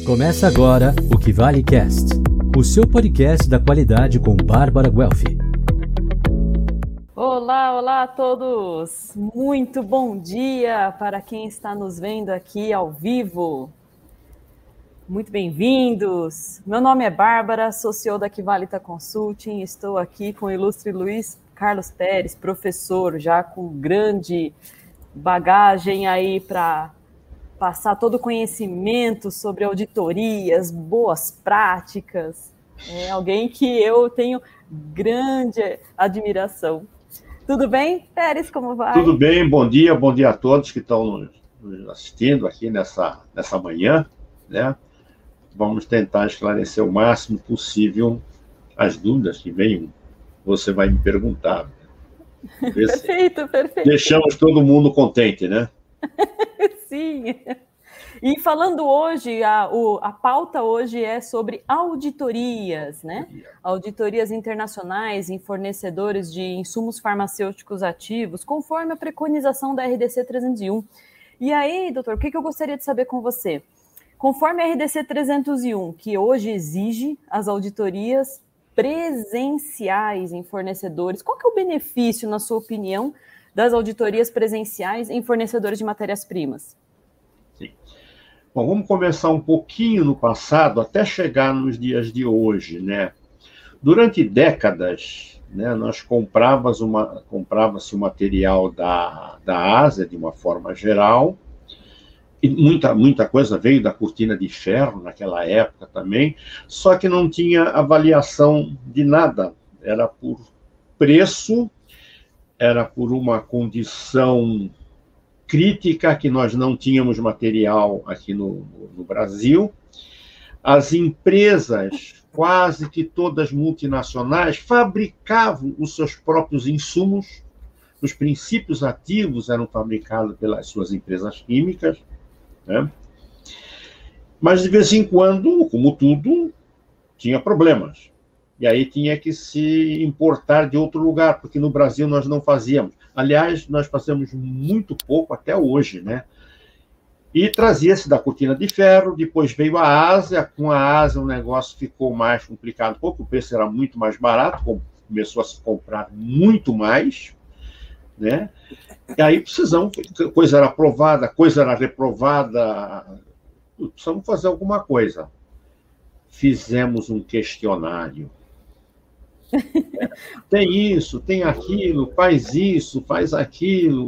Começa agora o Que Vale Cast, o seu podcast da qualidade com Bárbara Guelfi. Olá, olá a todos! Muito bom dia para quem está nos vendo aqui ao vivo. Muito bem-vindos! Meu nome é Bárbara, sou CEO da Quivalita Consulting, estou aqui com o ilustre Luiz Carlos Pérez, professor, já com grande bagagem aí para passar todo o conhecimento sobre auditorias, boas práticas. É alguém que eu tenho grande admiração. Tudo bem, Pérez? Como vai? Tudo bem, bom dia a todos que estão nos assistindo aqui nessa manhã, né? Vamos tentar esclarecer o máximo possível as dúvidas que venham. Você vai me perguntar. Perfeito. Deixamos todo mundo contente, né? Sim. E falando hoje, a pauta hoje é sobre auditorias, né? Auditorias internacionais em fornecedores de insumos farmacêuticos ativos, conforme a preconização da RDC 301. E aí, doutor, o que eu gostaria de saber com você? Conforme a RDC 301, que hoje exige as auditorias presenciais em fornecedores, qual que é o benefício, na sua opinião, das auditorias presenciais em fornecedores de matérias-primas? Sim. Bom, vamos começar um pouquinho no passado, até chegar nos dias de hoje, né? Durante décadas, né, comprava-se o material da Ásia, de uma forma geral, e muita coisa veio da cortina de ferro naquela época também, só que não tinha avaliação de nada, era por preço, era por uma condição crítica, que nós não tínhamos material aqui no Brasil. As empresas, quase que todas multinacionais, fabricavam os seus próprios insumos, os princípios ativos eram fabricados pelas suas empresas químicas, né? Mas, de vez em quando, como tudo, tinha problemas. E aí tinha que se importar de outro lugar, porque no Brasil nós não fazíamos. Aliás, nós fazemos muito pouco até hoje, né? E trazia-se da cortina de ferro, depois veio a Ásia. Com a Ásia o negócio ficou mais complicado, porque o preço era muito mais barato, começou a se comprar muito mais, né? E aí coisa era aprovada, coisa era reprovada, precisamos fazer alguma coisa. Fizemos um questionário. Tem isso, tem aquilo, faz isso, faz aquilo.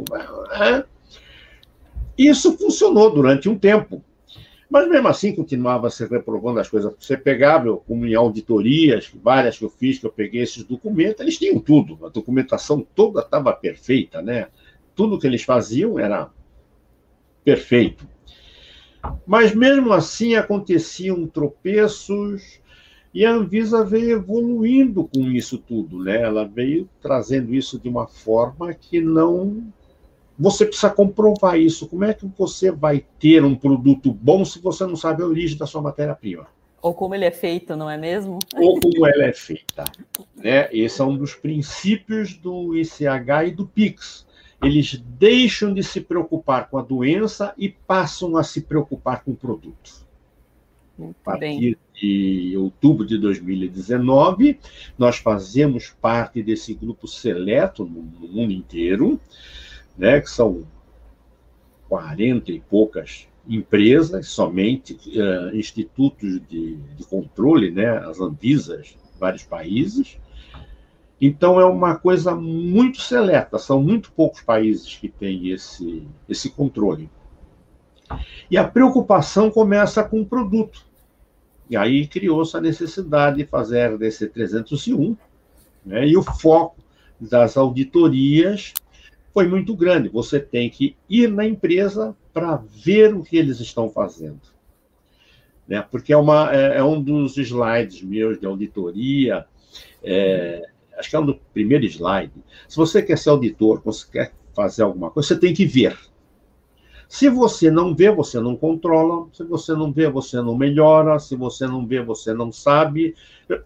Isso funcionou durante um tempo. Mas, mesmo assim, continuava se reprovando as coisas. Você pegava, como em auditorias, várias que eu fiz, que eu peguei esses documentos, eles tinham tudo. A documentação toda estava perfeita, né? Tudo que eles faziam era perfeito. Mas, mesmo assim, aconteciam tropeços. E a Anvisa veio evoluindo com isso tudo, né? Ela veio trazendo isso de uma forma que não... Você precisa comprovar isso. Como é que você vai ter um produto bom se você não sabe a origem da sua matéria-prima? Ou como ele é feito, não é mesmo? Ou como ela é feita, né? Esse é um dos princípios do ICH e do PIX. Eles deixam de se preocupar com a doença e passam a se preocupar com o produto. Muito a partir bem. de outubro de 2019, nós fazemos parte desse grupo seleto no mundo inteiro, né, que são 40 e poucas empresas, somente institutos de controle, né, as Anvisas, vários países. Então, é uma coisa muito seleta, são muito poucos países que têm esse controle. E a preocupação começa com o produto. E aí criou-se a necessidade de fazer a RDC 301, né? E o foco das auditorias foi muito grande. Você tem que ir na empresa para ver o que eles estão fazendo, né? Porque é um dos slides meus de auditoria, acho que é um do primeiro slide. Se você quer ser auditor, você quer fazer alguma coisa, você tem que ver. Se você não vê, você não controla. Se você não vê, você não melhora. Se você não vê, você não sabe.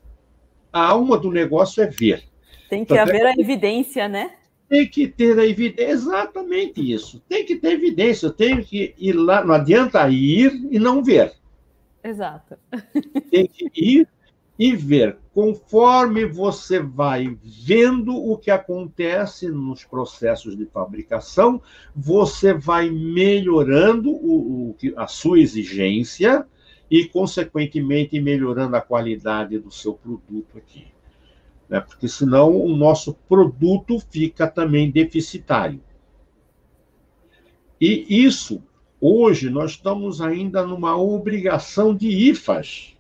A alma do negócio é ver. Tem que haver a evidência, né? Tem que ter a evidência, exatamente isso. Tem que ter evidência, eu tenho que ir lá, não adianta ir e não ver. Exato. Tem que ir e ver. Conforme você vai vendo o que acontece nos processos de fabricação, você vai melhorando a sua exigência e, consequentemente, melhorando a qualidade do seu produto aqui. Né? Porque, senão, o nosso produto fica também deficitário. E isso, hoje, nós estamos ainda numa obrigação de IFAs.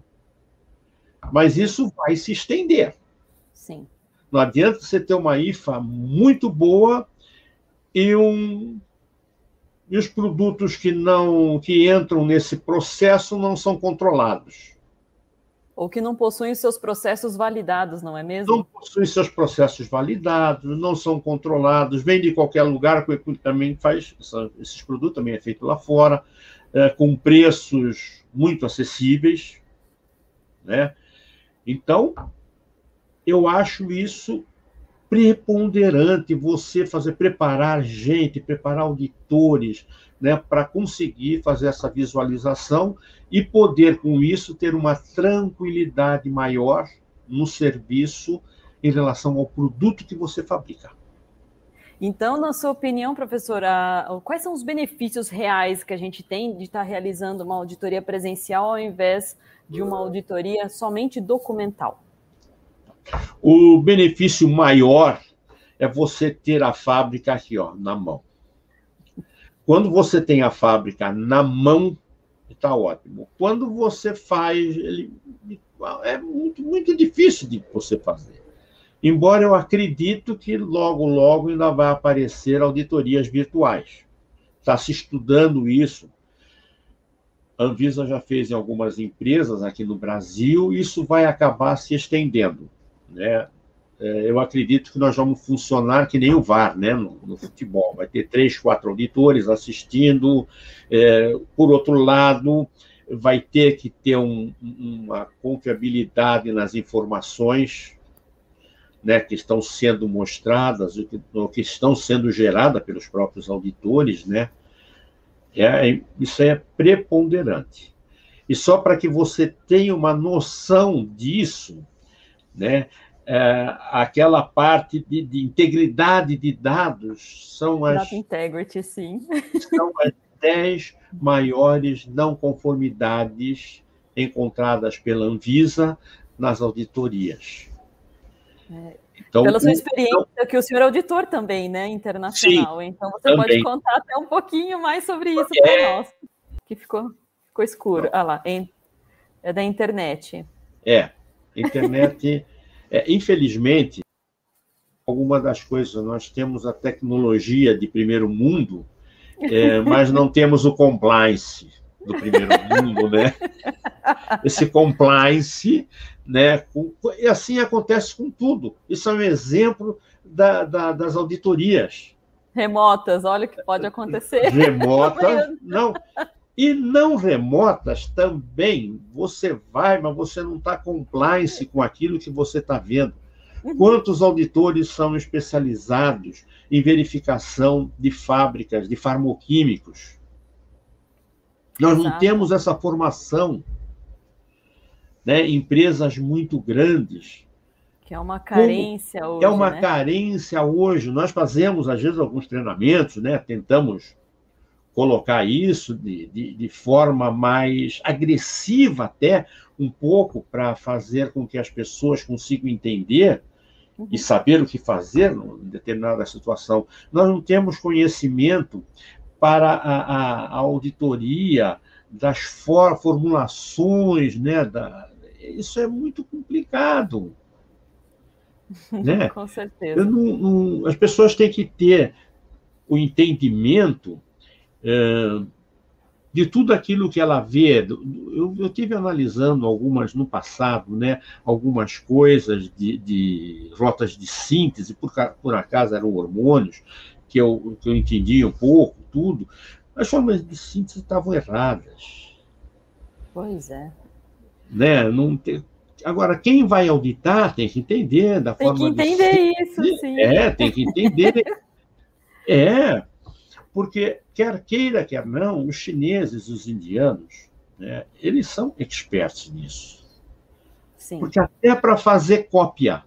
Mas isso vai se estender. Sim. Não adianta você ter uma IFA muito boa e os produtos que entram nesse processo não são controlados. Ou que não possuem seus processos validados, não é mesmo? Não possuem seus processos validados, não são controlados, vem de qualquer lugar, que também faz, esses produtos também é feito lá fora, com preços muito acessíveis, né? Então, eu acho isso preponderante, você preparar gente, preparar auditores, né, para conseguir fazer essa visualização e poder, com isso, ter uma tranquilidade maior no serviço em relação ao produto que você fabrica. Então, na sua opinião, professora, quais são os benefícios reais que a gente tem de estar realizando uma auditoria presencial ao invés de uma auditoria somente documental? O benefício maior é você ter a fábrica aqui, ó, na mão. Quando você tem a fábrica na mão, está ótimo. Quando você faz, é muito, muito difícil de você fazer. Embora eu acredito que logo, logo ainda vai aparecer auditorias virtuais. Está se estudando isso. A Anvisa já fez em algumas empresas aqui no Brasil, e isso vai acabar se estendendo, né? Eu acredito que nós vamos funcionar que nem o VAR, né, no futebol. Vai ter 3, 4 auditores assistindo. Por outro lado, vai ter que ter uma confiabilidade nas informações, né, que estão sendo mostradas, ou que estão sendo geradas pelos próprios auditores, né? Isso é preponderante. E só para que você tenha uma noção disso, né, aquela parte de integridade de dados são Data integrity, sim. São as 10 maiores não conformidades encontradas pela Anvisa nas auditorias. Então, pela sua experiência, que o senhor é auditor também, né, internacional. Sim, então, você também pode contar até um pouquinho mais sobre isso para nós. Que ficou escuro. Ah lá, é da internet. Internet... infelizmente, alguma das coisas, nós temos a tecnologia de primeiro mundo, mas não temos o compliance do primeiro mundo, né? Esse compliance, né? E assim acontece com tudo. Isso é um exemplo das auditorias. Remotas, olha o que pode acontecer. Remotas, não. E não remotas também, você vai, mas você não está compliance com aquilo que você está vendo. Quantos auditores são especializados em verificação de fábricas de farmoquímicos? Nós não temos essa formação, né? Empresas muito grandes. Que é uma carência hoje. É uma carência hoje. Nós fazemos, às vezes, alguns treinamentos, né? Tentamos colocar isso de forma mais agressiva até, um pouco, para fazer com que as pessoas consigam entender e saber o que fazer em determinada situação. Nós não temos conhecimento para a auditoria das formulações, né? Isso é muito complicado. Né? Com certeza. As pessoas têm que ter o entendimento de tudo aquilo que ela vê. Eu tive analisando algumas no passado, né, algumas coisas de rotas de síntese, por acaso eram hormônios, que eu entendia um pouco, tudo. As formas de síntese estavam erradas. Pois é. Né? Agora, quem vai auditar tem que entender da forma de síntese. Tem que entender isso, sim. Tem que entender. Porque, quer queira, quer não, os chineses e os indianos né, eles são expertos nisso. Sim. Porque até para fazer cópia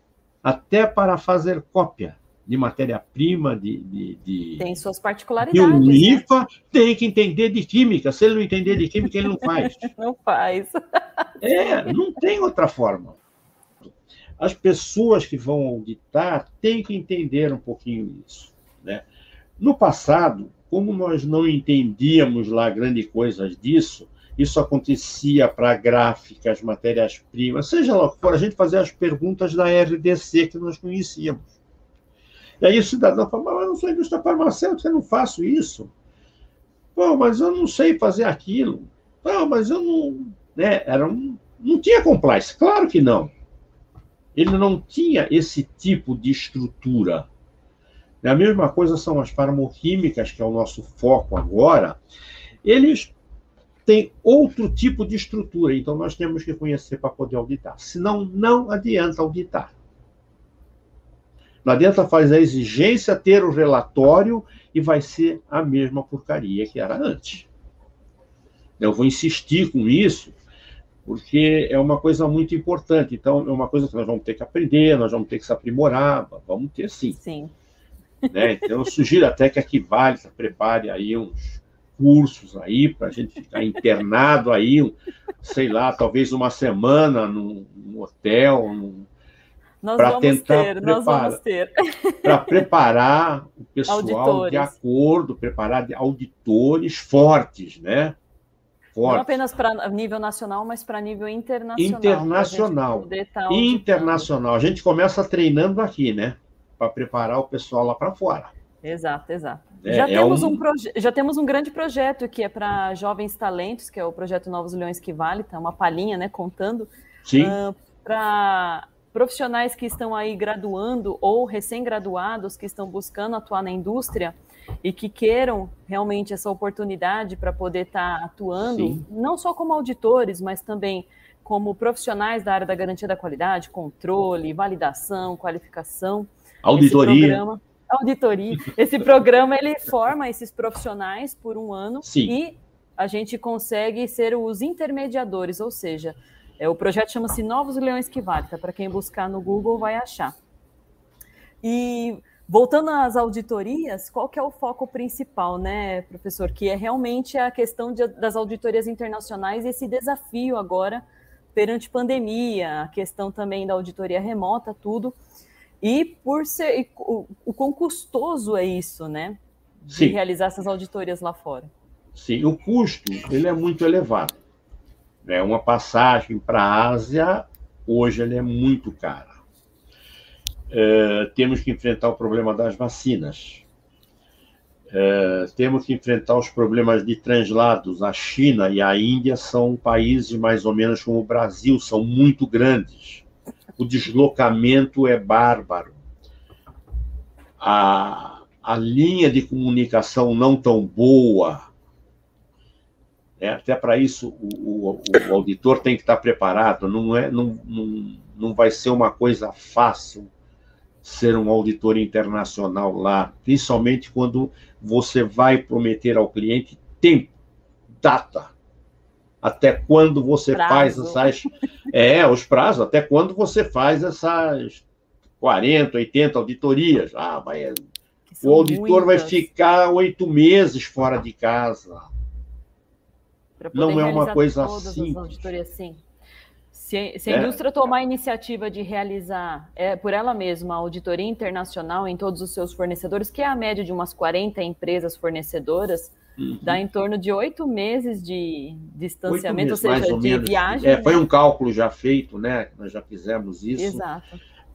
de matéria-prima, Tem suas de particularidades, um né? IFA, tem que entender de química. Se ele não entender de química, ele não faz. Não faz. Não tem outra forma. As pessoas que vão auditar têm que entender um pouquinho isso, né? No passado, como nós não entendíamos lá grande coisa disso, isso acontecia para gráficas, matérias-primas, seja lá o que for, a gente fazia as perguntas da RDC que nós conhecíamos. E aí o cidadão fala, mas eu não sou indústria farmacêutica, eu não faço isso. Pô, mas eu não sei fazer aquilo. Pô, mas eu não... Né? Não tinha compliance, claro que não. Ele não tinha esse tipo de estrutura. A mesma coisa são as farmoquímicas, que é o nosso foco agora. Eles têm outro tipo de estrutura, então nós temos que conhecer para poder auditar. Senão, não adianta auditar. Não adianta fazer a exigência, ter o relatório e vai ser a mesma porcaria que era antes. Eu vou insistir com isso, porque é uma coisa muito importante. Então, é uma coisa que nós vamos ter que aprender, nós vamos ter que se aprimorar, vamos ter sim. Sim. Né? Então, eu sugiro até que a Quivalita prepare aí uns cursos aí para a gente ficar internado aí, sei lá, talvez uma semana num hotel, para tentar para preparar o pessoal auditores. De acordo, preparar auditores fortes, né? Fortes. Não apenas para nível nacional, mas para nível internacional. Internacional. A gente começa treinando aqui, né? Para preparar o pessoal lá para fora. Exato. Já temos um grande projeto que é para jovens talentos, que é o projeto Novos Leões que Vale, tá uma palhinha, né? Contando. Sim. Para profissionais que estão aí graduando ou recém-graduados que estão buscando atuar na indústria e que queiram realmente essa oportunidade para poder estar atuando, sim, não só como auditores, mas também como profissionais da área da garantia da qualidade, controle, validação, qualificação. Auditoria. Esse programa, ele forma esses profissionais por um ano. Sim. E a gente consegue ser os intermediadores, ou seja, o projeto chama-se Novos Leões que Vale, tá? Para quem buscar no Google vai achar. E voltando às auditorias, qual que é o foco principal, né, professor? Que é realmente a questão das auditorias internacionais e esse desafio agora perante pandemia, a questão também da auditoria remota, tudo. E por ser o quão custoso é isso, né? De sim, realizar essas auditorias lá fora. Sim, o custo ele é muito elevado. Uma passagem para a Ásia, hoje, ele é muito cara. Temos que enfrentar o problema das vacinas. Temos que enfrentar os problemas de translados. A China e a Índia são países mais ou menos como o Brasil, são muito grandes. O deslocamento é bárbaro. A linha de comunicação não tão boa. Até para isso, o auditor tem que estar preparado. Não vai ser uma coisa fácil ser um auditor internacional lá, principalmente quando você vai prometer ao cliente tempo, data. Até quando você faz essas... os prazos, até quando você faz essas 40, 80 auditorias. O auditor vai ficar 8 meses fora de casa. Não é uma coisa simples. Se a indústria tomar a iniciativa de realizar por ela mesma a auditoria internacional em todos os seus fornecedores, que é a média de umas 40 empresas fornecedoras, dá em torno de 8 meses de distanciamento, meses, ou seja, de viagem. Foi um cálculo já feito, né? Nós já fizemos isso. Exato.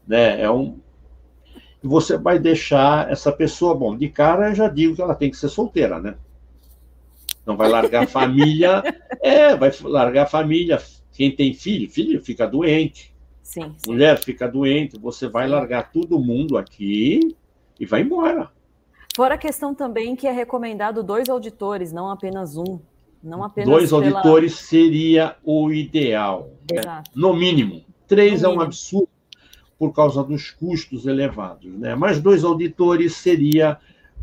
E você vai deixar essa pessoa, bom, de cara eu já digo que ela tem que ser solteira, né? Não vai largar a família, vai largar a família. Quem tem filho fica doente. Sim. Mulher fica doente, você vai largar todo mundo aqui e vai embora. Fora a questão também que é recomendado 2 auditores, não apenas um. Não apenas 2 auditores seria o ideal. Exato. No mínimo. 3 é um absurdo por causa dos custos elevados, né? Mas 2 auditores seria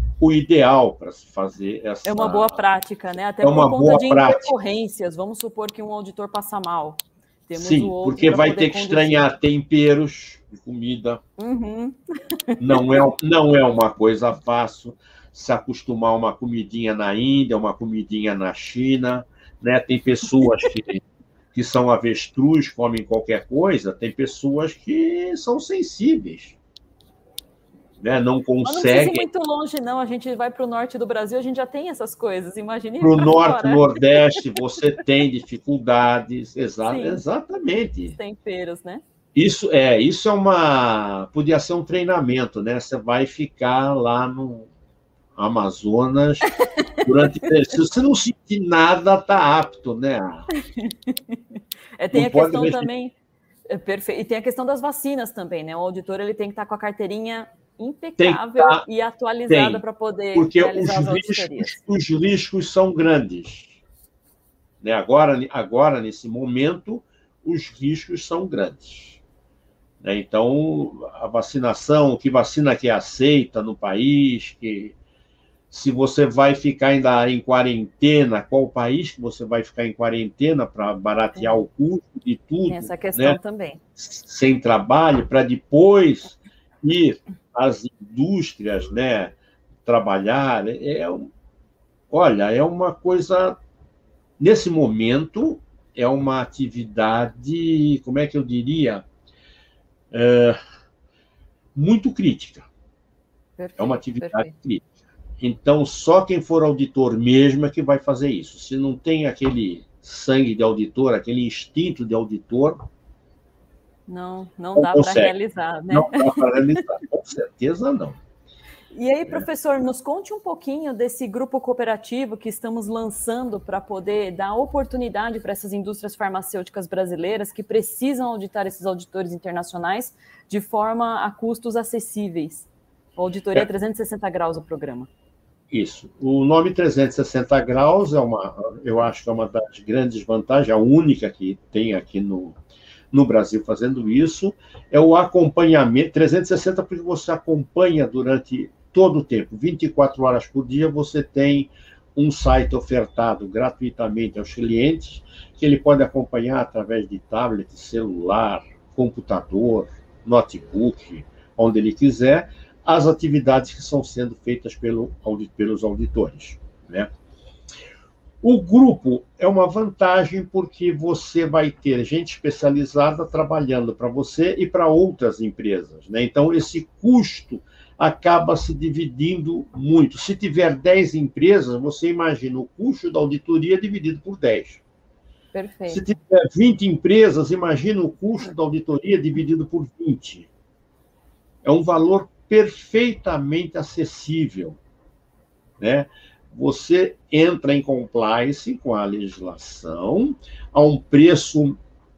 o ideal para se fazer essa... É uma boa prática, né? Até por conta de intercorrências. Vamos supor que um auditor passa mal. Temos Sim, porque vai ter que estranhar temperos de comida. Uhum. Não é uma coisa fácil se acostumar a uma comidinha na Índia, uma comidinha na China, né? Tem pessoas que são avestruz, comem qualquer coisa, tem pessoas que são sensíveis, né? Não conseguem... Mas não precisa ir muito longe, não. A gente vai para o norte do Brasil, a gente já tem essas coisas. Imagine para o norte, nordeste, você tem dificuldades. Exatamente. Os temperos, né? Isso é podia ser um treinamento, né? Você vai ficar lá no Amazonas durante... Se você não sentir nada, tá apto, né? Tem a questão também... Perfeito. E tem a questão das vacinas também, né? O auditor ele tem que estar com a carteirinha impecável e atualizada para poder realizar as auditorias. Os riscos são grandes. Né? Agora, nesse momento, os riscos são grandes. Né? Então, a vacinação, que vacina que é aceita no país, se você vai ficar ainda em quarentena, qual país que você vai ficar em quarentena para baratear o custo de tudo. Tem essa questão também. Sem trabalho, para depois ir às indústrias, né, trabalhar. Olha, é uma coisa... Nesse momento, é uma atividade, como é que eu diria? Muito crítica. Perfeito, é uma atividade crítica. Então, só quem for auditor mesmo é que vai fazer isso. Se não tem aquele sangue de auditor, aquele instinto de auditor... Não dá para realizar, né? Não dá para realizar, com certeza não. E aí, professor, nos conte um pouquinho desse grupo cooperativo que estamos lançando para poder dar oportunidade para essas indústrias farmacêuticas brasileiras que precisam auditar esses auditores internacionais de forma a custos acessíveis. Auditoria 360 graus, o programa. Isso. O nome 360 graus eu acho que é uma das grandes vantagens, a única que tem aqui no Brasil fazendo isso, é o acompanhamento, 360 porque você acompanha durante todo o tempo, 24 horas por dia, você tem um site ofertado gratuitamente aos clientes, que ele pode acompanhar através de tablet, celular, computador, notebook, onde ele quiser, as atividades que estão sendo feitas pelos auditores, né? O grupo é uma vantagem porque você vai ter gente especializada trabalhando para você e para outras empresas, né? Então, esse custo acaba se dividindo muito. Se tiver 10 empresas, você imagina o custo da auditoria dividido por 10. Perfeito. Se tiver 20 empresas, imagina o custo da auditoria dividido por 20. É um valor perfeitamente acessível, né? Você entra em compliance com a legislação a um preço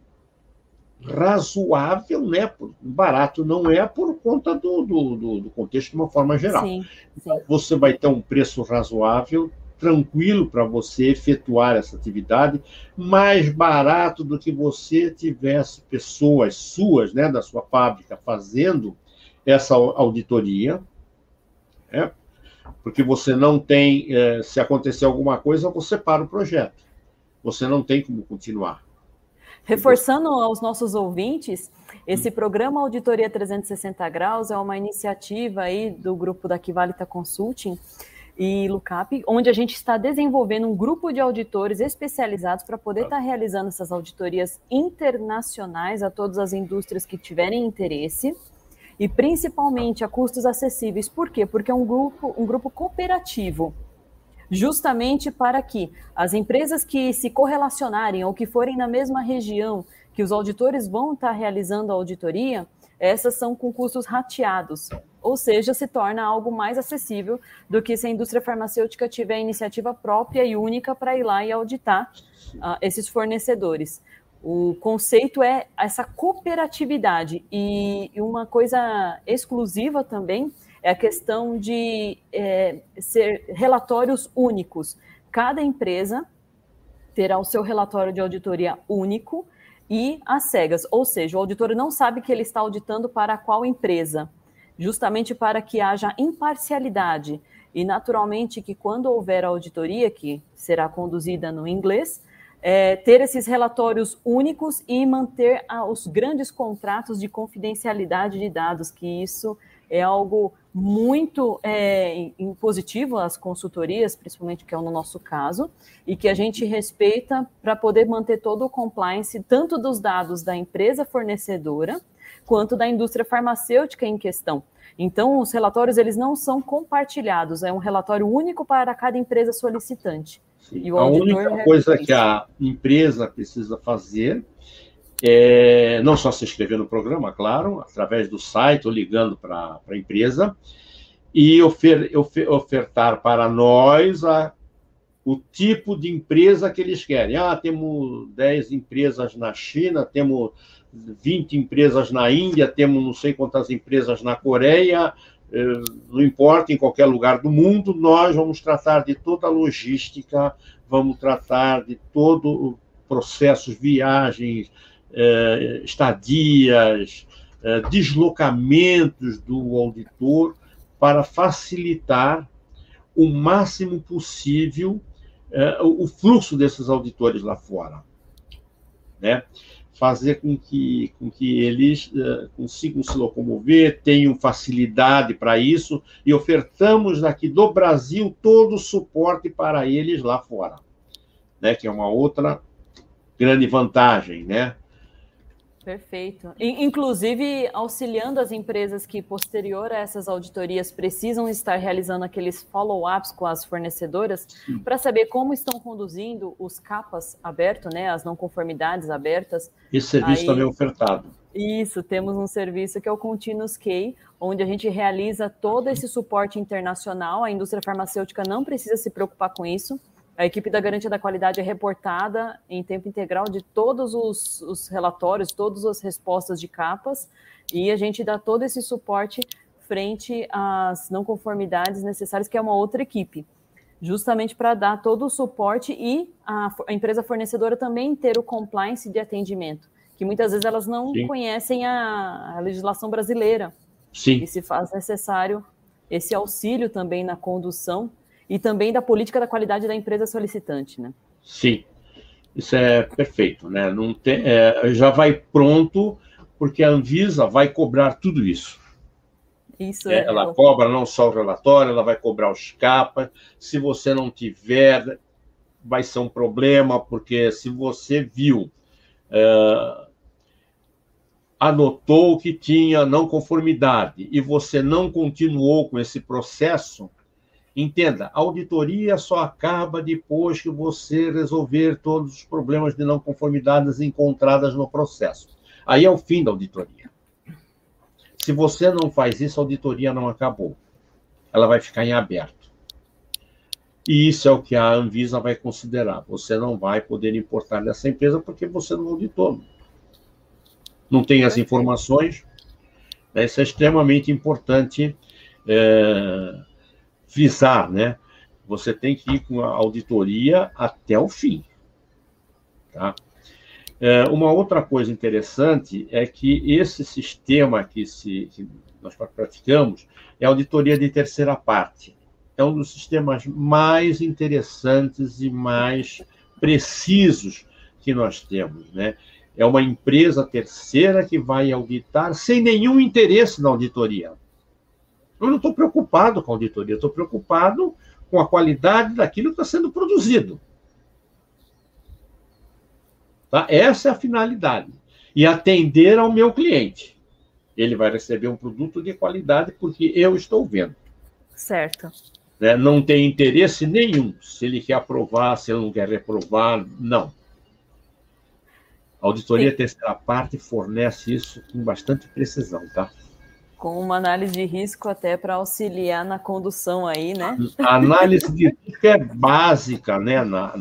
razoável, né? Barato não é por conta do contexto de uma forma geral. Sim. Você vai ter um preço razoável, tranquilo para você efetuar essa atividade, mais barato do que você tivesse pessoas suas, né, da sua fábrica, fazendo essa auditoria, né? Porque você não tem, se acontecer alguma coisa, você para o projeto. Você não tem como continuar. Reforçando aos nossos ouvintes, esse programa Auditoria 360 Graus é uma iniciativa aí do grupo da Quivalita Consulting e Lucap, onde a gente está desenvolvendo um grupo de auditores especializados para poder estar realizando essas auditorias internacionais a todas as indústrias que tiverem interesse, e principalmente a custos acessíveis. Por quê? Porque é um grupo cooperativo, justamente para que as empresas que se correlacionarem ou que forem na mesma região que os auditores vão estar realizando a auditoria, essas são com custos rateados, ou seja, se torna algo mais acessível do que se a indústria farmacêutica tiver iniciativa própria e única para ir lá e auditar esses fornecedores. O conceito é essa cooperatividade, e uma coisa exclusiva também é a questão de ser relatórios únicos. Cada empresa terá o seu relatório de auditoria único e às cegas, ou seja, o auditor não sabe que ele está auditando para qual empresa, justamente para que haja imparcialidade. e naturalmente que quando houver a auditoria, que será conduzida no inglês, ter esses relatórios únicos e manter os grandes contratos de confidencialidade de dados, que isso é algo muito positivo às consultorias, principalmente que é no nosso caso, e que a gente respeita para poder manter todo o compliance, tanto dos dados da empresa fornecedora, quanto da indústria farmacêutica em questão. Então, os relatórios eles não são compartilhados, é um relatório único para cada empresa solicitante. E o auditor, a única coisa que a empresa precisa fazer não só se inscrever no programa, claro, através do site ou ligando para a empresa, e ofertar para nós o tipo de empresa que eles querem. Temos 10 empresas na China, temos 20 empresas na Índia, temos não sei quantas empresas na Coreia, não importa, em qualquer lugar do mundo, nós vamos tratar de toda a logística, vamos tratar de todo o processo, viagens, estadias, deslocamentos do auditor, para facilitar o máximo possível o fluxo desses auditores lá fora, né? Fazer com que eles consigam se locomover, tenham facilidade para isso, e ofertamos aqui do Brasil todo o suporte para eles lá fora, né? Que é uma outra grande vantagem, né? Perfeito. Inclusive, auxiliando as empresas que, posterior a essas auditorias, precisam estar realizando aqueles follow-ups com as fornecedoras, para saber como estão conduzindo os CAPAs abertos, né, as não conformidades abertas. Esse serviço também é ofertado. Isso, temos um serviço que é o Continuous Key, onde a gente realiza todo esse suporte internacional. A indústria farmacêutica não precisa se preocupar com isso. A equipe da Garantia da Qualidade é reportada em tempo integral de todos os relatórios, todas as respostas de CAPAs, e a gente dá todo esse suporte frente às não conformidades necessárias, que é uma outra equipe, justamente para dar todo o suporte e a empresa fornecedora também ter o compliance de atendimento, que muitas vezes elas não conhecem a legislação brasileira. Sim. E se faz necessário esse auxílio também na condução e também da política da qualidade da empresa solicitante, né? Sim, isso é perfeito, né? Não tem, já vai pronto, porque a Anvisa vai cobrar tudo isso. Isso ela cobra não só o relatório, ela vai cobrar os CAPA. Se você não tiver, vai ser um problema, porque se você viu, anotou que tinha não conformidade e você não continuou com esse processo, entenda, a auditoria só acaba depois que você resolver todos os problemas de não conformidades encontradas no processo. Aí é o fim da auditoria. Se você não faz isso, a auditoria não acabou. Ela vai ficar em aberto. E isso é o que a Anvisa vai considerar. Você não vai poder importar dessa empresa porque você não auditou. Não tem as informações. Isso é extremamente importante frisar, né? Você tem que ir com a auditoria até o fim. Tá? Uma outra coisa interessante é que esse sistema que nós praticamos é a auditoria de terceira parte. É um dos sistemas mais interessantes e mais precisos que nós temos, né? É uma empresa terceira que vai auditar sem nenhum interesse na auditoria. Eu não estou preocupado com a auditoria, estou preocupado com a qualidade daquilo que está sendo produzido. Tá? Essa é a finalidade. E atender ao meu cliente. Ele vai receber um produto de qualidade porque eu estou vendo. Certo. Não tem interesse nenhum. Se ele quer aprovar, se ele não quer reprovar, não. A auditoria terceira parte fornece isso com bastante precisão, tá? Com uma análise de risco até para auxiliar na condução aí, né? A análise de risco é básica, né?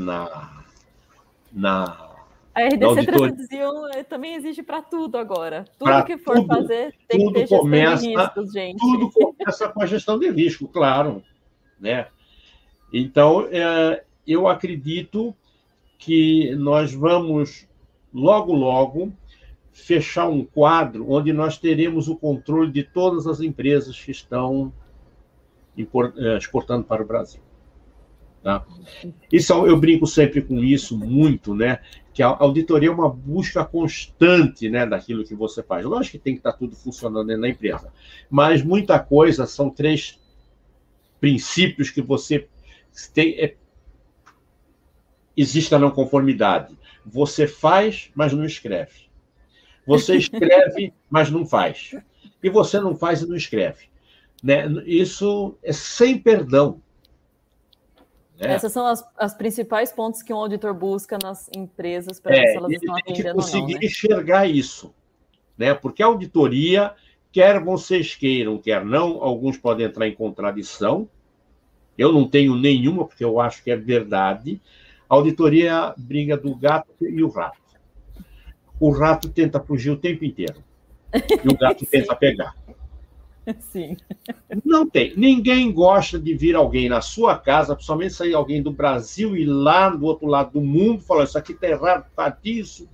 A RDC 301 também existe para tudo agora. Tudo que for fazer tem que ter gestão de riscos, gente. Tudo começa com a gestão de risco, claro. Né? Então, eu acredito que nós vamos, logo, fechar um quadro onde nós teremos o controle de todas as empresas que estão exportando para o Brasil. Tá? Isso, eu brinco sempre com isso muito, né? Que a auditoria é uma busca constante, né, daquilo que você faz. Lógico que tem que estar tudo funcionando dentro da empresa, mas muita coisa são 3 princípios que você tem. Existe a não conformidade. Você faz, mas não escreve. Você escreve, mas não faz. E você não faz e não escreve. Né? Isso é sem perdão. Essas são as principais pontos que um auditor busca nas empresas para ver se elas estão atendendo ou não. Conseguir enxergar isso, né? Porque a auditoria, quer vocês queiram, quer não, alguns podem entrar em contradição. Eu não tenho nenhuma, porque eu acho que é verdade. A auditoria é a briga do gato e o rato. O rato tenta fugir o tempo inteiro. E o gato tenta pegar. Sim. Não tem. Ninguém gosta de vir alguém na sua casa, principalmente sair alguém do Brasil e lá do outro lado do mundo, falar, isso aqui está errado, tá disso.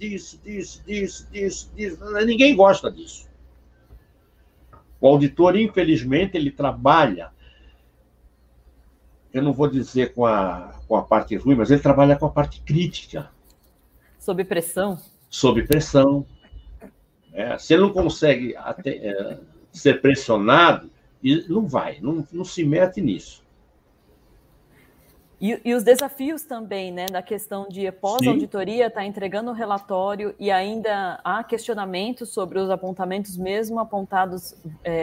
Ninguém gosta disso. O auditor, infelizmente, ele trabalha, eu não vou dizer com a parte ruim, mas ele trabalha com a parte crítica. Sob pressão? Sob pressão. Se ele não consegue ser pressionado, não vai, não se mete nisso. E os desafios também, né, da questão de pós-auditoria, estar entregando o relatório e ainda há questionamentos sobre os apontamentos mesmo apontados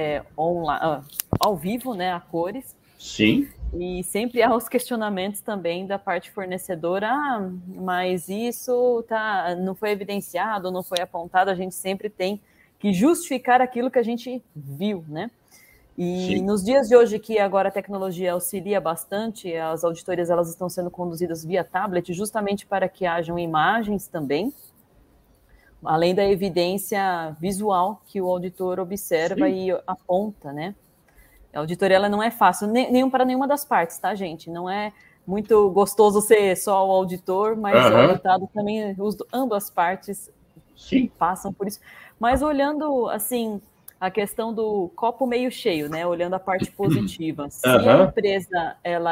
ao vivo, né, a cores. Sim. E sempre há os questionamentos também da parte fornecedora, mas isso não foi evidenciado, não foi apontado, a gente sempre tem que justificar aquilo que a gente viu, né? E Sim. Nos dias de hoje, que agora a tecnologia auxilia bastante, as auditorias elas estão sendo conduzidas via tablet, justamente para que hajam imagens também, além da evidência visual que o auditor observa Sim. e aponta, né? A auditoria ela não é fácil, para nenhuma das partes, tá, gente? Não é muito gostoso ser só o auditor, mas o auditado também, ambas partes Sim. passam por isso. Mas olhando, assim, a questão do copo meio cheio, né? Olhando a parte positiva. Se a empresa ela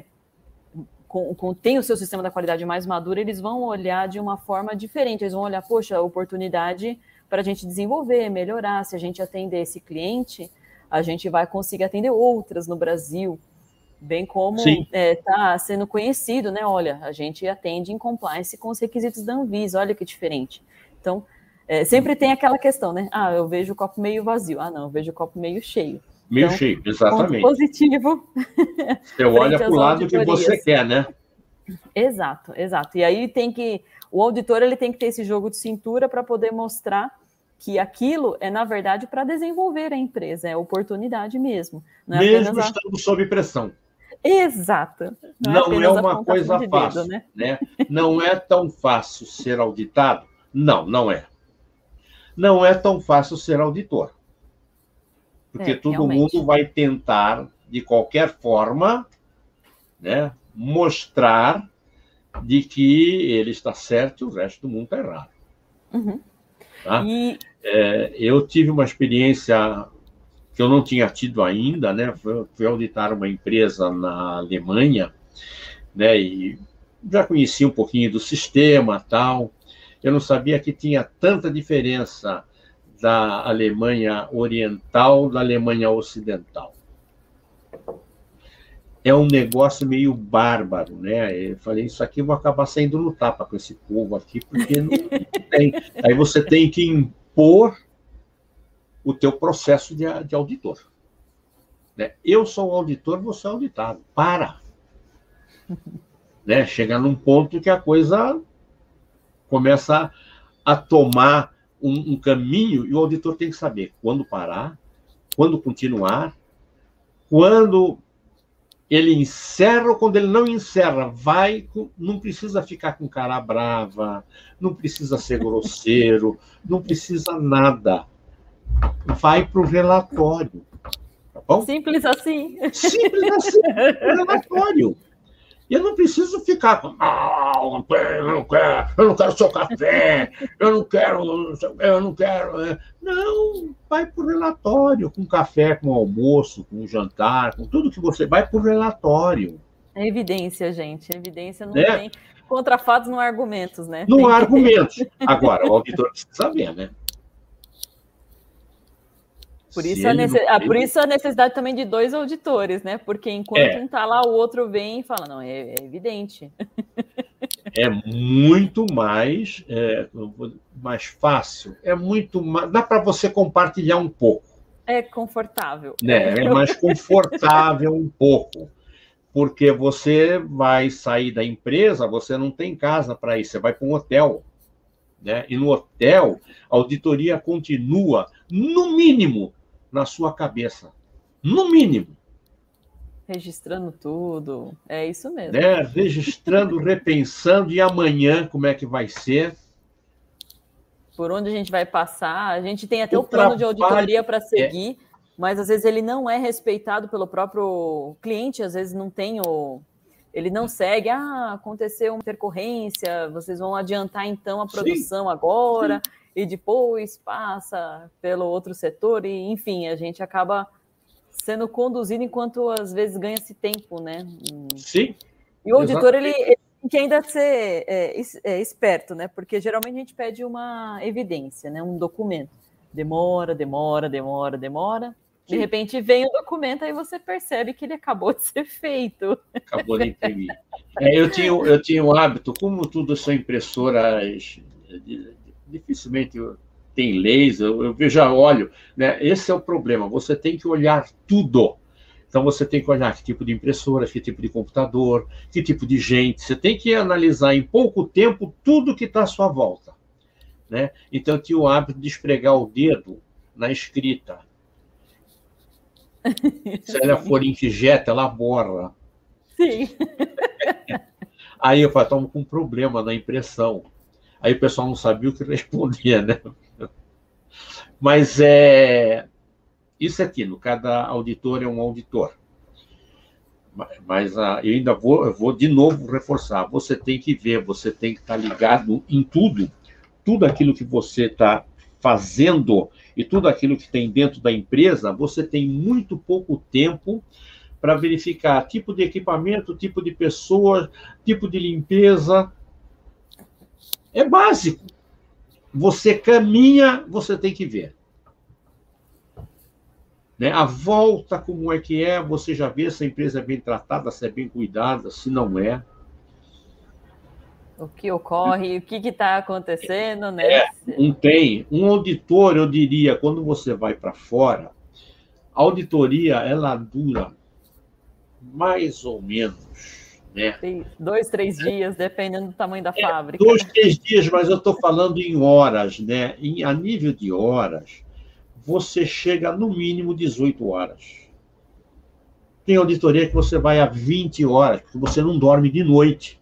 tem o seu sistema da qualidade mais maduro, eles vão olhar de uma forma diferente. Eles vão olhar, poxa, oportunidade para a gente desenvolver, melhorar. Se a gente atender esse cliente, a gente vai conseguir atender outras no Brasil. Bem como está sendo conhecido, né? Olha, a gente atende em compliance com os requisitos da Anvisa. Olha que diferente. Então, sempre tem aquela questão, né? Eu vejo o copo meio vazio. Não, eu vejo o copo meio cheio. Meio cheio, exatamente. Ponto positivo. Você olha para o lado que você quer, né? Exato. E aí o auditor ele tem que ter esse jogo de cintura para poder mostrar que aquilo é, na verdade, para desenvolver a empresa, é oportunidade mesmo. Mesmo estando sob pressão. Exato. Não é uma coisa fácil, dedo, né? Não é tão fácil ser auditado. Não é. Não é tão fácil ser auditor. Porque todo mundo vai tentar, de qualquer forma, né, mostrar de que ele está certo e o resto do mundo está errado. Tá? Eu tive uma experiência que eu não tinha tido ainda, né? Fui auditar uma empresa na Alemanha, né? E já conhecia um pouquinho do sistema, tal. Eu não sabia que tinha tanta diferença da Alemanha Oriental da Alemanha Ocidental. É um negócio meio bárbaro, né? Eu falei, isso aqui eu vou acabar saindo no tapa com esse povo aqui, porque não tem. Aí você tem que impor o teu processo de auditor. Né? Eu sou auditor, você é auditado. Né? Chegar num ponto que a coisa começa a tomar um caminho e o auditor tem que saber quando parar, quando continuar, quando ele encerra ou quando ele não encerra, não precisa ficar com cara brava, não precisa ser grosseiro, não precisa nada. Vai para o relatório. Tá bom? Simples assim. Simples assim, o relatório. E eu não preciso ficar com, eu não quero seu café, eu não quero. Não, vai para o relatório, com café, com almoço, com jantar, com tudo que você vai para o relatório. É evidência, gente. Evidência não tem. Contra fatos, não há argumentos, né? Não há argumentos. Agora, o auditor precisa saber, né? Por isso a necessidade também de 2 auditores, né? Porque enquanto um está lá, o outro vem e fala, não, é evidente. É muito mais fácil, é muito mais, dá para você compartilhar um pouco. É confortável. Né? É mais confortável um pouco, porque você vai sair da empresa, você não tem casa para ir, você vai para um hotel. Né? E no hotel, a auditoria continua, no mínimo, na sua cabeça. No mínimo. Registrando tudo. É isso mesmo. Né? Registrando, repensando, e amanhã como é que vai ser. Por onde a gente vai passar. A gente tem até o plano de auditoria para seguir, mas às vezes ele não é respeitado pelo próprio cliente, às vezes não tem ele não segue, aconteceu uma intercorrência, vocês vão adiantar então a produção agora, e depois passa pelo outro setor, e enfim, a gente acaba sendo conduzido enquanto às vezes ganha-se tempo, né? Sim. E o auditor, ele tem que ainda ser esperto, né? Porque geralmente a gente pede uma evidência, né? Um documento. Demora. De repente vem o documento, aí você percebe que ele acabou de ser feito. Acabou de imprimir. Eu tinha um hábito, como tudo são impressoras, dificilmente tem laser, eu vejo, olho, né? Esse é o problema, você tem que olhar tudo. Então, você tem que olhar que tipo de impressora, que tipo de computador, que tipo de gente. Você tem que analisar em pouco tempo tudo que está à sua volta. Né? Então, eu tinha o hábito de esfregar o dedo na escrita. Se ela for inkjet, ela borra. Sim. Aí eu falei, estamos com um problema na impressão. Aí o pessoal não sabia o que responder, né? Mas isso é aquilo, cada auditor é um auditor. Mas eu ainda vou de novo reforçar, você tem que ver, você tem que estar ligado em tudo aquilo que você está fazendo e tudo aquilo que tem dentro da empresa, você tem muito pouco tempo para verificar tipo de equipamento, tipo de pessoa, tipo de limpeza. É básico. Você caminha, você tem que ver. Né? A volta, como é que é, você já vê se a empresa é bem tratada, se é bem cuidada, se não é. O que ocorre, o que está acontecendo, né? Não tem. Um auditor, eu diria, quando você vai para fora, a auditoria, ela dura mais ou menos, né? 2, 3 dias, dependendo do tamanho da fábrica. 2, 3 dias, mas eu estou falando em horas, né? A nível de horas, você chega no mínimo 18 horas. Tem auditoria que você vai a 20 horas, porque você não dorme de noite.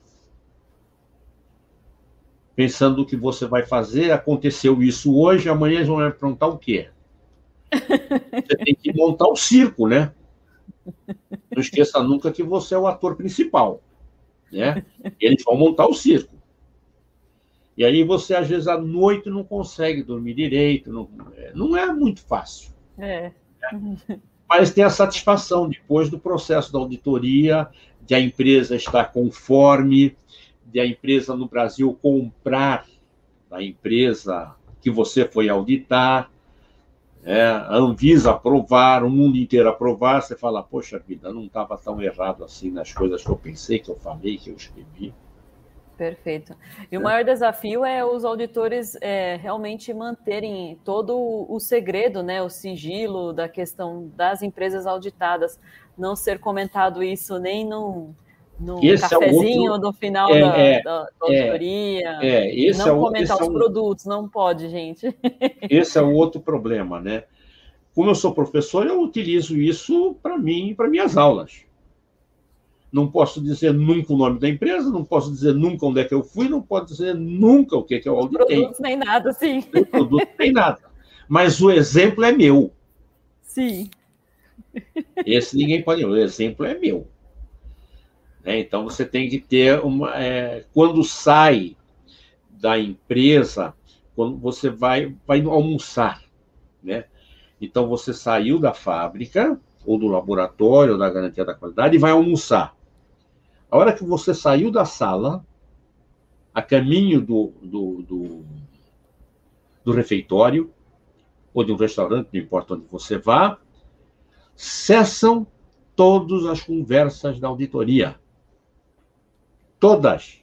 Pensando o que você vai fazer, aconteceu isso hoje, amanhã eles vão aprontar o quê? Você tem que montar o circo, né? Não esqueça nunca que você é o ator principal, né? Eles vão montar o circo. E aí você, às vezes, à noite não consegue dormir direito, não é muito fácil. Mas tem a satisfação, depois do processo da auditoria, de a empresa estar conforme, de a empresa no Brasil comprar a empresa que você foi auditar, a Anvisa aprovar, o mundo inteiro aprovar, você fala, poxa vida, não estava tão errado assim nas coisas que eu pensei, que eu falei, que eu escrevi. Perfeito. E o maior desafio é os auditores realmente manterem todo o segredo, né, o sigilo da questão das empresas auditadas, não ser comentado isso nem no cafezinho do final da auditoria, não comentar os produtos, não pode, gente. Esse é o outro problema, né? Como eu sou professor, eu utilizo isso para mim e para minhas aulas. Não posso dizer nunca o nome da empresa, não posso dizer nunca onde é que eu fui, não posso dizer nunca o que eu auditei. Produtos nem nada, sim. Produto nem nada. Mas o exemplo é meu. Sim. Esse ninguém pode... O exemplo é meu. né? Então, você tem que ter quando sai da empresa, quando você vai almoçar, né? Então, você saiu da fábrica, ou do laboratório, ou da garantia da qualidade, e vai almoçar. A hora que você saiu da sala, a caminho do refeitório, ou de um restaurante, não importa onde você vá, cessam todas as conversas da auditoria. Todas.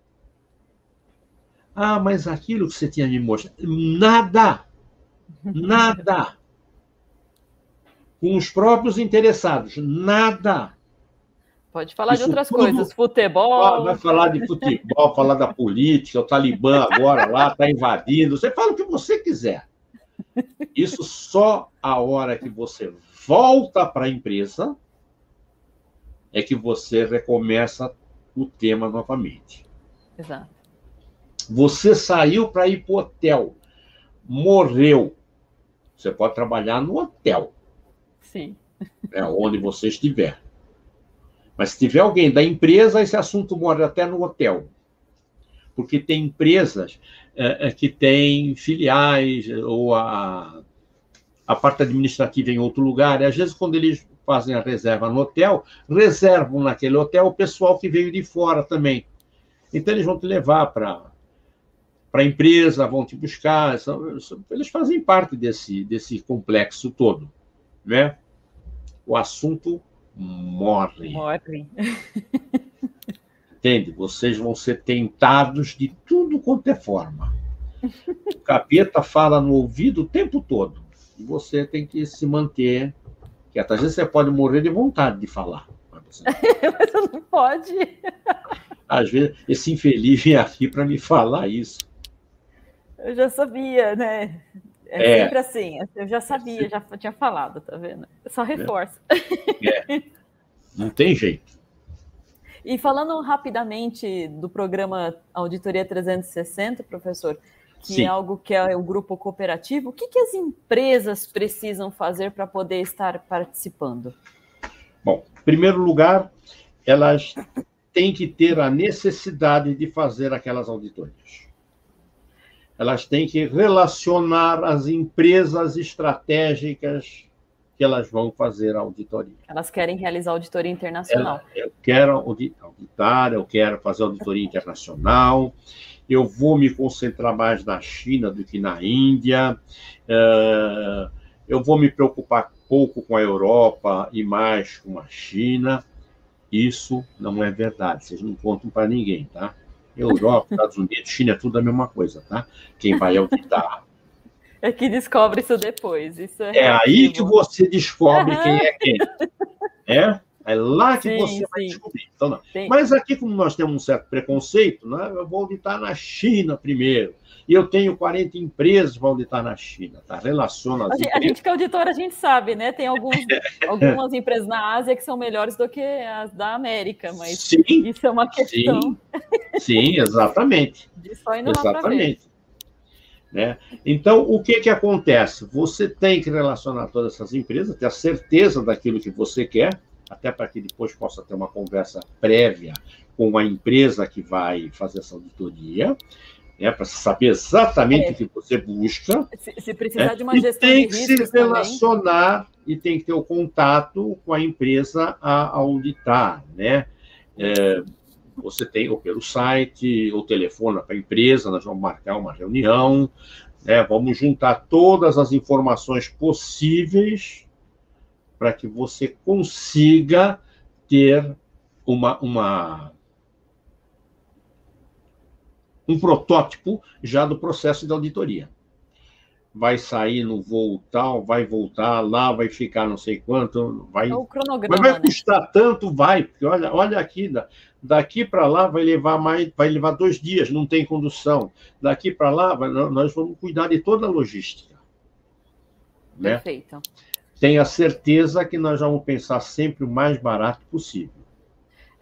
Ah, mas aquilo que você tinha me mostrado. Nada. Nada. Com os próprios interessados. Nada. Pode falar de Isso outras tudo, coisas, futebol. vai falar de futebol, falar da política, o Talibã agora lá está invadindo. Você fala o que você quiser. Isso só a hora que você volta para a empresa é que você recomeça o tema novamente. Exato. Você saiu para ir para o hotel, morreu. Você pode trabalhar no hotel. Sim. Onde você estiver. Mas se tiver alguém da empresa, esse assunto morre até no hotel. Porque tem empresas que têm filiais ou a parte administrativa em outro lugar. E, às vezes, quando eles fazem a reserva no hotel, reservam naquele hotel o pessoal que veio de fora também. Então, eles vão te levar para a empresa, vão te buscar. Eles fazem parte desse complexo todo, né? O assunto morre. Morre. Entende? Vocês vão ser tentados de tudo quanto é forma. O capeta fala no ouvido o tempo todo. E você tem que se manter quieto. Às vezes você pode morrer de vontade de falar. Mas você não pode. Às vezes, esse infeliz vem aqui para me falar isso. Eu já sabia, né? É sempre assim. Eu já sabia, já tinha falado, tá vendo? Só reforça. Não tem jeito. E falando rapidamente do programa Auditoria 360, professor, que Sim. é algo que é o grupo cooperativo, o que as empresas precisam fazer para poder estar participando? Bom, em primeiro lugar, elas têm que ter a necessidade de fazer aquelas auditorias. Elas têm que relacionar as empresas estratégicas que elas vão fazer a auditoria. Elas querem realizar auditoria internacional. Eu quero auditar, eu quero fazer auditoria internacional, eu vou me concentrar mais na China do que na Índia, eu vou me preocupar pouco com a Europa e mais com a China. Isso não é verdade, vocês não contam para ninguém, tá? Europa, Estados Unidos, China é tudo a mesma coisa, tá? Quem vai auditar. É que descobre isso depois. Isso é aí que você descobre quem é quem. É lá que você vai descobrir. Então, não. Mas aqui, como nós temos um certo preconceito, né, eu vou auditar na China primeiro. E eu tenho 40 empresas para auditar na China. Tá? Relaciona as empresas. A gente que é auditor, a gente sabe, né? Tem algumas empresas na Ásia que são melhores do que as da América, mas sim, isso é uma questão. Sim, exatamente. De só ir no exatamente. Né? Então, o que acontece? Você tem que relacionar todas essas empresas, ter a certeza daquilo que você quer, até para que depois possa ter uma conversa prévia com a empresa que vai fazer essa auditoria, né? Para saber exatamente o que você busca. Se precisar de uma gestão de riscos também. Tem que se relacionar e tem que ter o contato com a empresa a auditar, né? Você tem ou pelo site, ou telefona para a empresa, nós vamos marcar uma reunião, né? Vamos juntar todas as informações possíveis para que você consiga ter um protótipo já do processo de auditoria. Vai sair no voo tal, vai voltar lá, vai ficar não sei quanto, vai... É o cronograma, mas vai custar tanto, vai, porque olha aqui, daqui para lá vai levar 2 dias, não tem condução. Daqui para lá, nós vamos cuidar de toda a logística. Né? Perfeito. Tenha certeza que nós vamos pensar sempre o mais barato possível.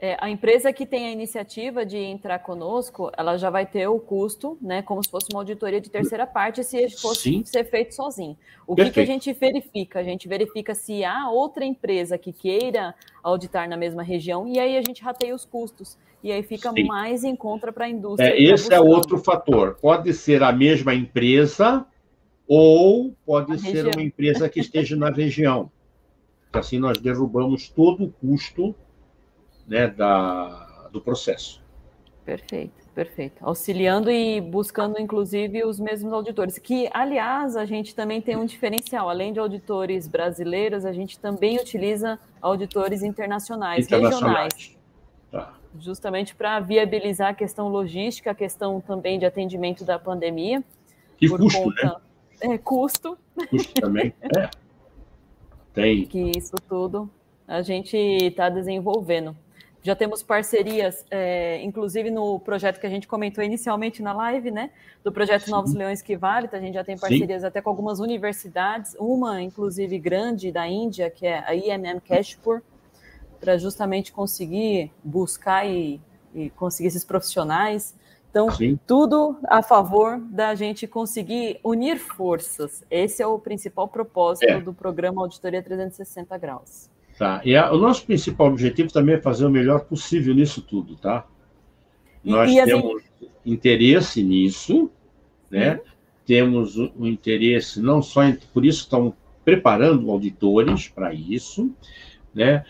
A empresa que tem a iniciativa de entrar conosco, ela já vai ter o custo, né, como se fosse uma auditoria de terceira parte, se fosse ser feito sozinho. O que a gente verifica? A gente verifica se há outra empresa que queira auditar na mesma região, e aí a gente rateia os custos. E aí fica mais em conta para a indústria. Esse é outro fator. Pode ser a mesma empresa ou pode ser uma empresa que esteja na região. Porque assim nós derrubamos todo o custo, né, do processo. Perfeito. Auxiliando e buscando, inclusive, os mesmos auditores. Que, aliás, a gente também tem um diferencial. Além de auditores brasileiros, a gente também utiliza auditores internacionais. Regionais. Tá. Justamente para viabilizar a questão logística, a questão também de atendimento da pandemia. E custo, né? Custo. Custo também, Tem. Que isso tudo a gente está desenvolvendo. Já temos parcerias, inclusive no projeto que a gente comentou inicialmente na live, né? Do projeto Novos Leões que Valita, a gente já tem parcerias até com algumas universidades, uma, inclusive, grande da Índia, que é a IMM Kashpur, para justamente conseguir buscar e conseguir esses profissionais. Então, tudo a favor da gente conseguir unir forças. Esse é o principal propósito do programa Auditoria 360 Graus. Tá. E o nosso principal objetivo também é fazer o melhor possível nisso tudo, tá? Nós temos interesse nisso, né? Temos o interesse não só... Por isso estamos preparando auditores para isso, né?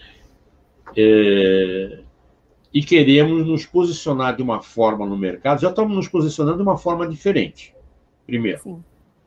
E queremos nos posicionar de uma forma no mercado. Já estamos nos posicionando de uma forma diferente, primeiro.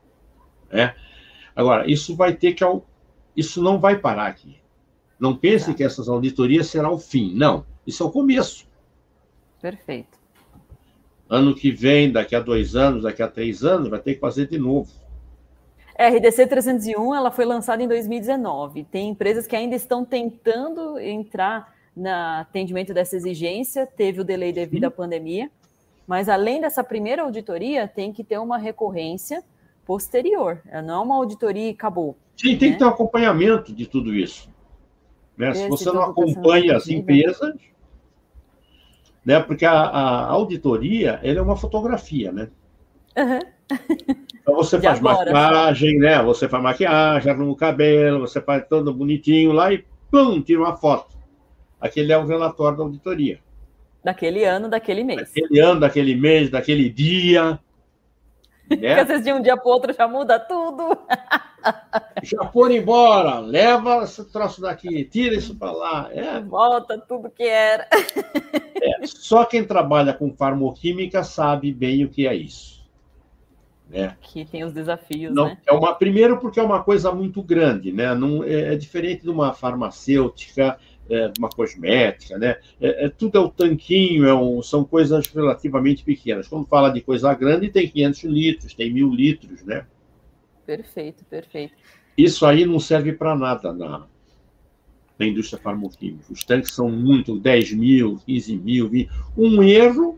Agora, isso vai ter que... Isso não vai parar aqui. Não pense que essas auditorias será o fim. Não, isso é o começo. Perfeito. Ano que vem, daqui a 2 anos, daqui a 3 anos, vai ter que fazer de novo. A RDC 301 ela foi lançada em 2019. Tem empresas que ainda estão tentando entrar no atendimento dessa exigência. Teve o delay devido à pandemia. Mas, além dessa primeira auditoria, tem que ter uma recorrência posterior. Não é uma auditoria e acabou. Sim, tem que ter um acompanhamento de tudo isso. Né? Se você não acompanha as empresas, né? Porque a auditoria ela é uma fotografia, né? Então você faz maquiagem, né? Você faz maquiagem, arruma o cabelo, você faz tudo bonitinho lá e plum, tira uma foto. Aquele é o relatório da auditoria. Daquele ano, daquele mês. Daquele ano, daquele mês, daquele dia. Né? Porque às vezes de um dia para o outro já muda tudo. Já foram embora, leva esse troço daqui, tira isso para lá. Volta tudo que era. Só quem trabalha com farmoquímica sabe bem o que é isso. Né? Que tem os desafios, não, né? Primeiro porque é uma coisa muito grande, né? Não, é diferente de uma farmacêutica, uma cosmética, né? Tudo é o tanquinho, são coisas relativamente pequenas. Quando fala de coisa grande, tem 500 litros, tem 1000 litros, né? Perfeito. Isso aí não serve para nada na indústria farmacêutica. Os tanques são muito, 10 mil, 15 mil, 20. Um erro...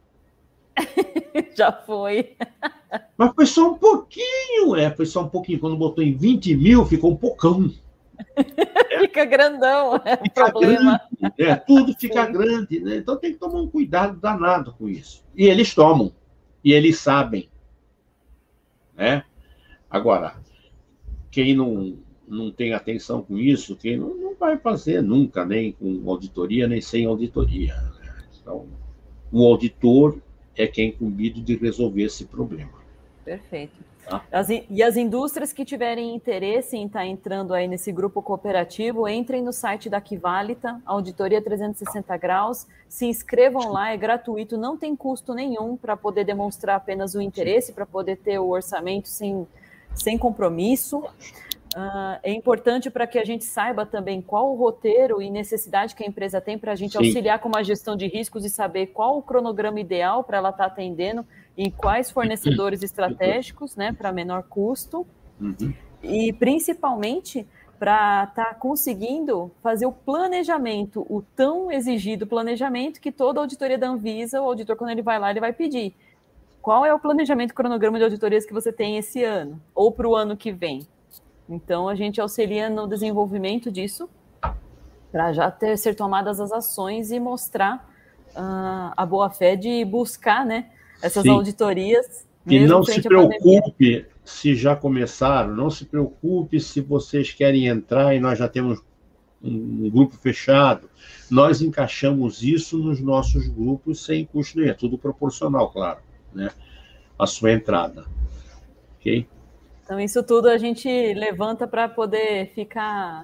Já foi. Mas foi só um pouquinho, foi só um pouquinho. Quando botou em 20 mil, ficou um pocão. Fica grandão, o problema. Grande, tudo fica grande, né? Então tem que tomar um cuidado danado com isso. E eles tomam, e eles sabem. Né? Agora, quem não tem atenção com isso, quem não vai fazer nunca, nem com auditoria, nem sem auditoria. Né? Então, o auditor é quem é incumbido de resolver esse problema. Perfeito. E as indústrias que tiverem interesse em estar entrando aí nesse grupo cooperativo, entrem no site da Quivalita, Auditoria 360 Graus, se inscrevam lá, é gratuito, não tem custo nenhum para poder demonstrar apenas o interesse, para poder ter o orçamento sem compromisso. É importante para que a gente saiba também qual o roteiro e necessidade que a empresa tem para a gente auxiliar com uma gestão de riscos e saber qual o cronograma ideal para ela estar atendendo e quais fornecedores estratégicos, né, para menor custo, e principalmente para estar conseguindo fazer o planejamento, o tão exigido planejamento que toda auditoria da Anvisa, o auditor, quando ele vai lá, ele vai pedir. Qual é o planejamento, cronograma de auditorias que você tem esse ano, ou para o ano que vem? Então, a gente auxilia no desenvolvimento disso Para já ser tomadas as ações e mostrar a boa-fé de buscar, né, essas auditorias. E não se preocupe se já começaram, não se preocupe se vocês querem entrar e nós já temos um grupo fechado. Nós encaixamos isso nos nossos grupos sem custo nenhum, é tudo proporcional, claro, né, a sua entrada. Ok? Então, isso tudo a gente levanta para poder ficar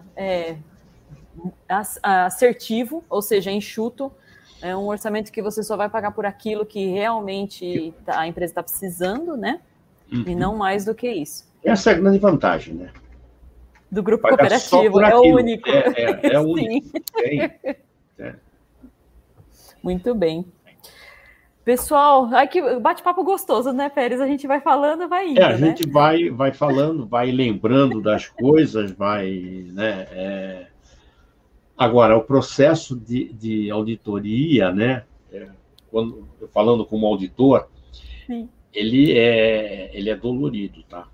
assertivo, ou seja, enxuto. É um orçamento que você só vai pagar por aquilo que realmente a empresa está precisando, né? E não mais do que isso. Essa é a grande vantagem, né? Do grupo cooperativo, é o único. É o único. Muito bem. Pessoal, que bate-papo gostoso, né, Pérez? A gente vai falando, vai indo, a gente vai falando, vai lembrando das coisas, vai, né? Agora, o processo de auditoria, né? Quando eu falando como auditor, sim, ele é dolorido, tá?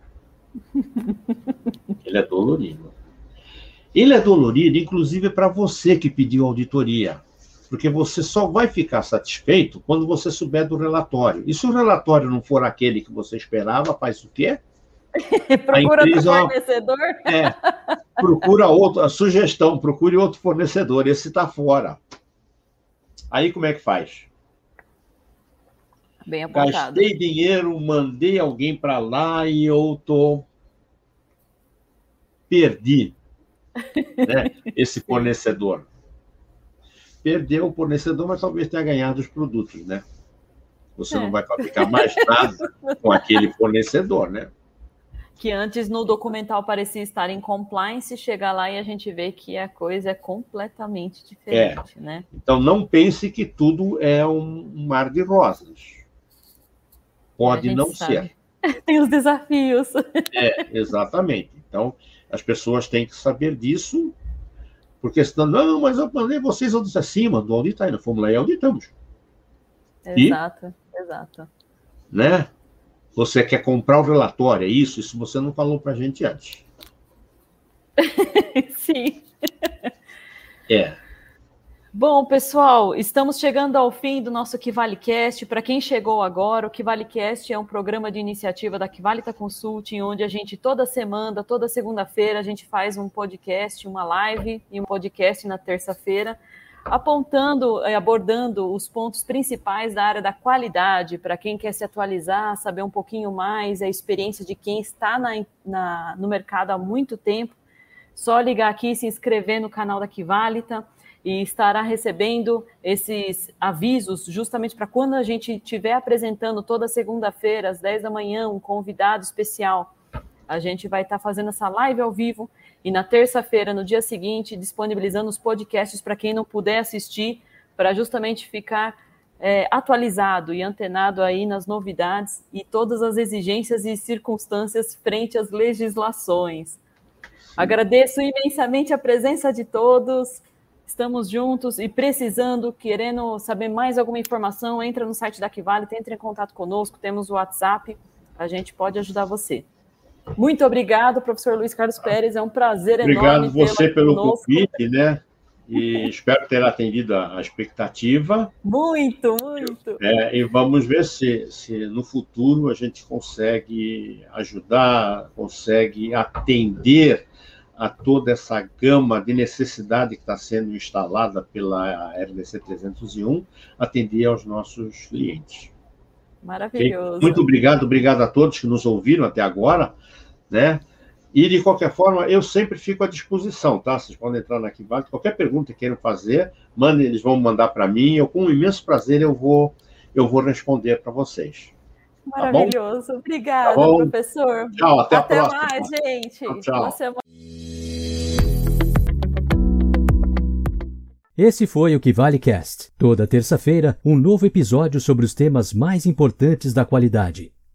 Ele é dolorido. Ele é dolorido, inclusive, para você que pediu auditoria. Porque você só vai ficar satisfeito quando você souber do relatório. E se o relatório não for aquele que você esperava, faz o quê? Procura outro fornecedor? Procura outro, a sugestão, procure outro fornecedor, esse está fora. Aí como é que faz? Bem apontado. Gastei dinheiro, mandei alguém para lá e eu perdi, né, esse fornecedor. Perdeu o fornecedor, mas talvez tenha ganhado os produtos, né? Você não vai fabricar mais nada com aquele fornecedor, né? Que antes no documental parecia estar em compliance, chega lá e a gente vê que a coisa é completamente diferente, né? Então não pense que tudo é um mar de rosas. Pode não ser. Tem os desafios. Exatamente. Então as pessoas têm que saber disso. Porque senão, não, mas eu mandei vocês outros acima do auditar, ainda fomos lá e auditamos. Exato. Né? Você quer comprar o relatório, é isso? Isso você não falou para a gente antes. Sim. Bom, pessoal, estamos chegando ao fim do nosso KiValiCast. Para quem chegou agora, o KiValiCast é um programa de iniciativa da Kivalita Consulting, onde a gente, toda semana, toda segunda-feira, a gente faz um podcast, uma live e um podcast na terça-feira, apontando e abordando os pontos principais da área da qualidade, para quem quer se atualizar, saber um pouquinho mais, a experiência de quem está no mercado há muito tempo. Só ligar aqui e se inscrever no canal da Kivalita, e estará recebendo esses avisos justamente para quando a gente estiver apresentando toda segunda-feira, às 10 da manhã, um convidado especial. A gente vai estar fazendo essa live ao vivo e na terça-feira, no dia seguinte, disponibilizando os podcasts para quem não puder assistir, para justamente ficar atualizado e antenado aí nas novidades e todas as exigências e circunstâncias frente às legislações. Agradeço imensamente a presença de todos. Estamos juntos e precisando, querendo saber mais alguma informação, entra no site da Kivalita, entre em contato conosco, temos o WhatsApp, a gente pode ajudar você. Muito obrigado, professor Luiz Carlos Pérez, é um prazer enorme. Obrigado você pelo convite, né? E espero ter atendido a expectativa. Muito. E vamos ver se no futuro a gente consegue ajudar, consegue atender a toda essa gama de necessidade que está sendo instalada pela RDC 301, atender aos nossos clientes. Maravilhoso. Okay? Muito obrigado a todos que nos ouviram até agora, né? E, de qualquer forma, eu sempre fico à disposição, tá? Vocês podem entrar na Kivalita, qualquer pergunta que queiram fazer, mandem, eles vão mandar para mim, eu, com imenso prazer, eu vou responder para vocês. Maravilhoso. Tá, obrigada, professor. Tchau, até a próxima. Até mais, gente. Tchau. Esse foi o KiValiCast. Toda terça-feira, um novo episódio sobre os temas mais importantes da qualidade.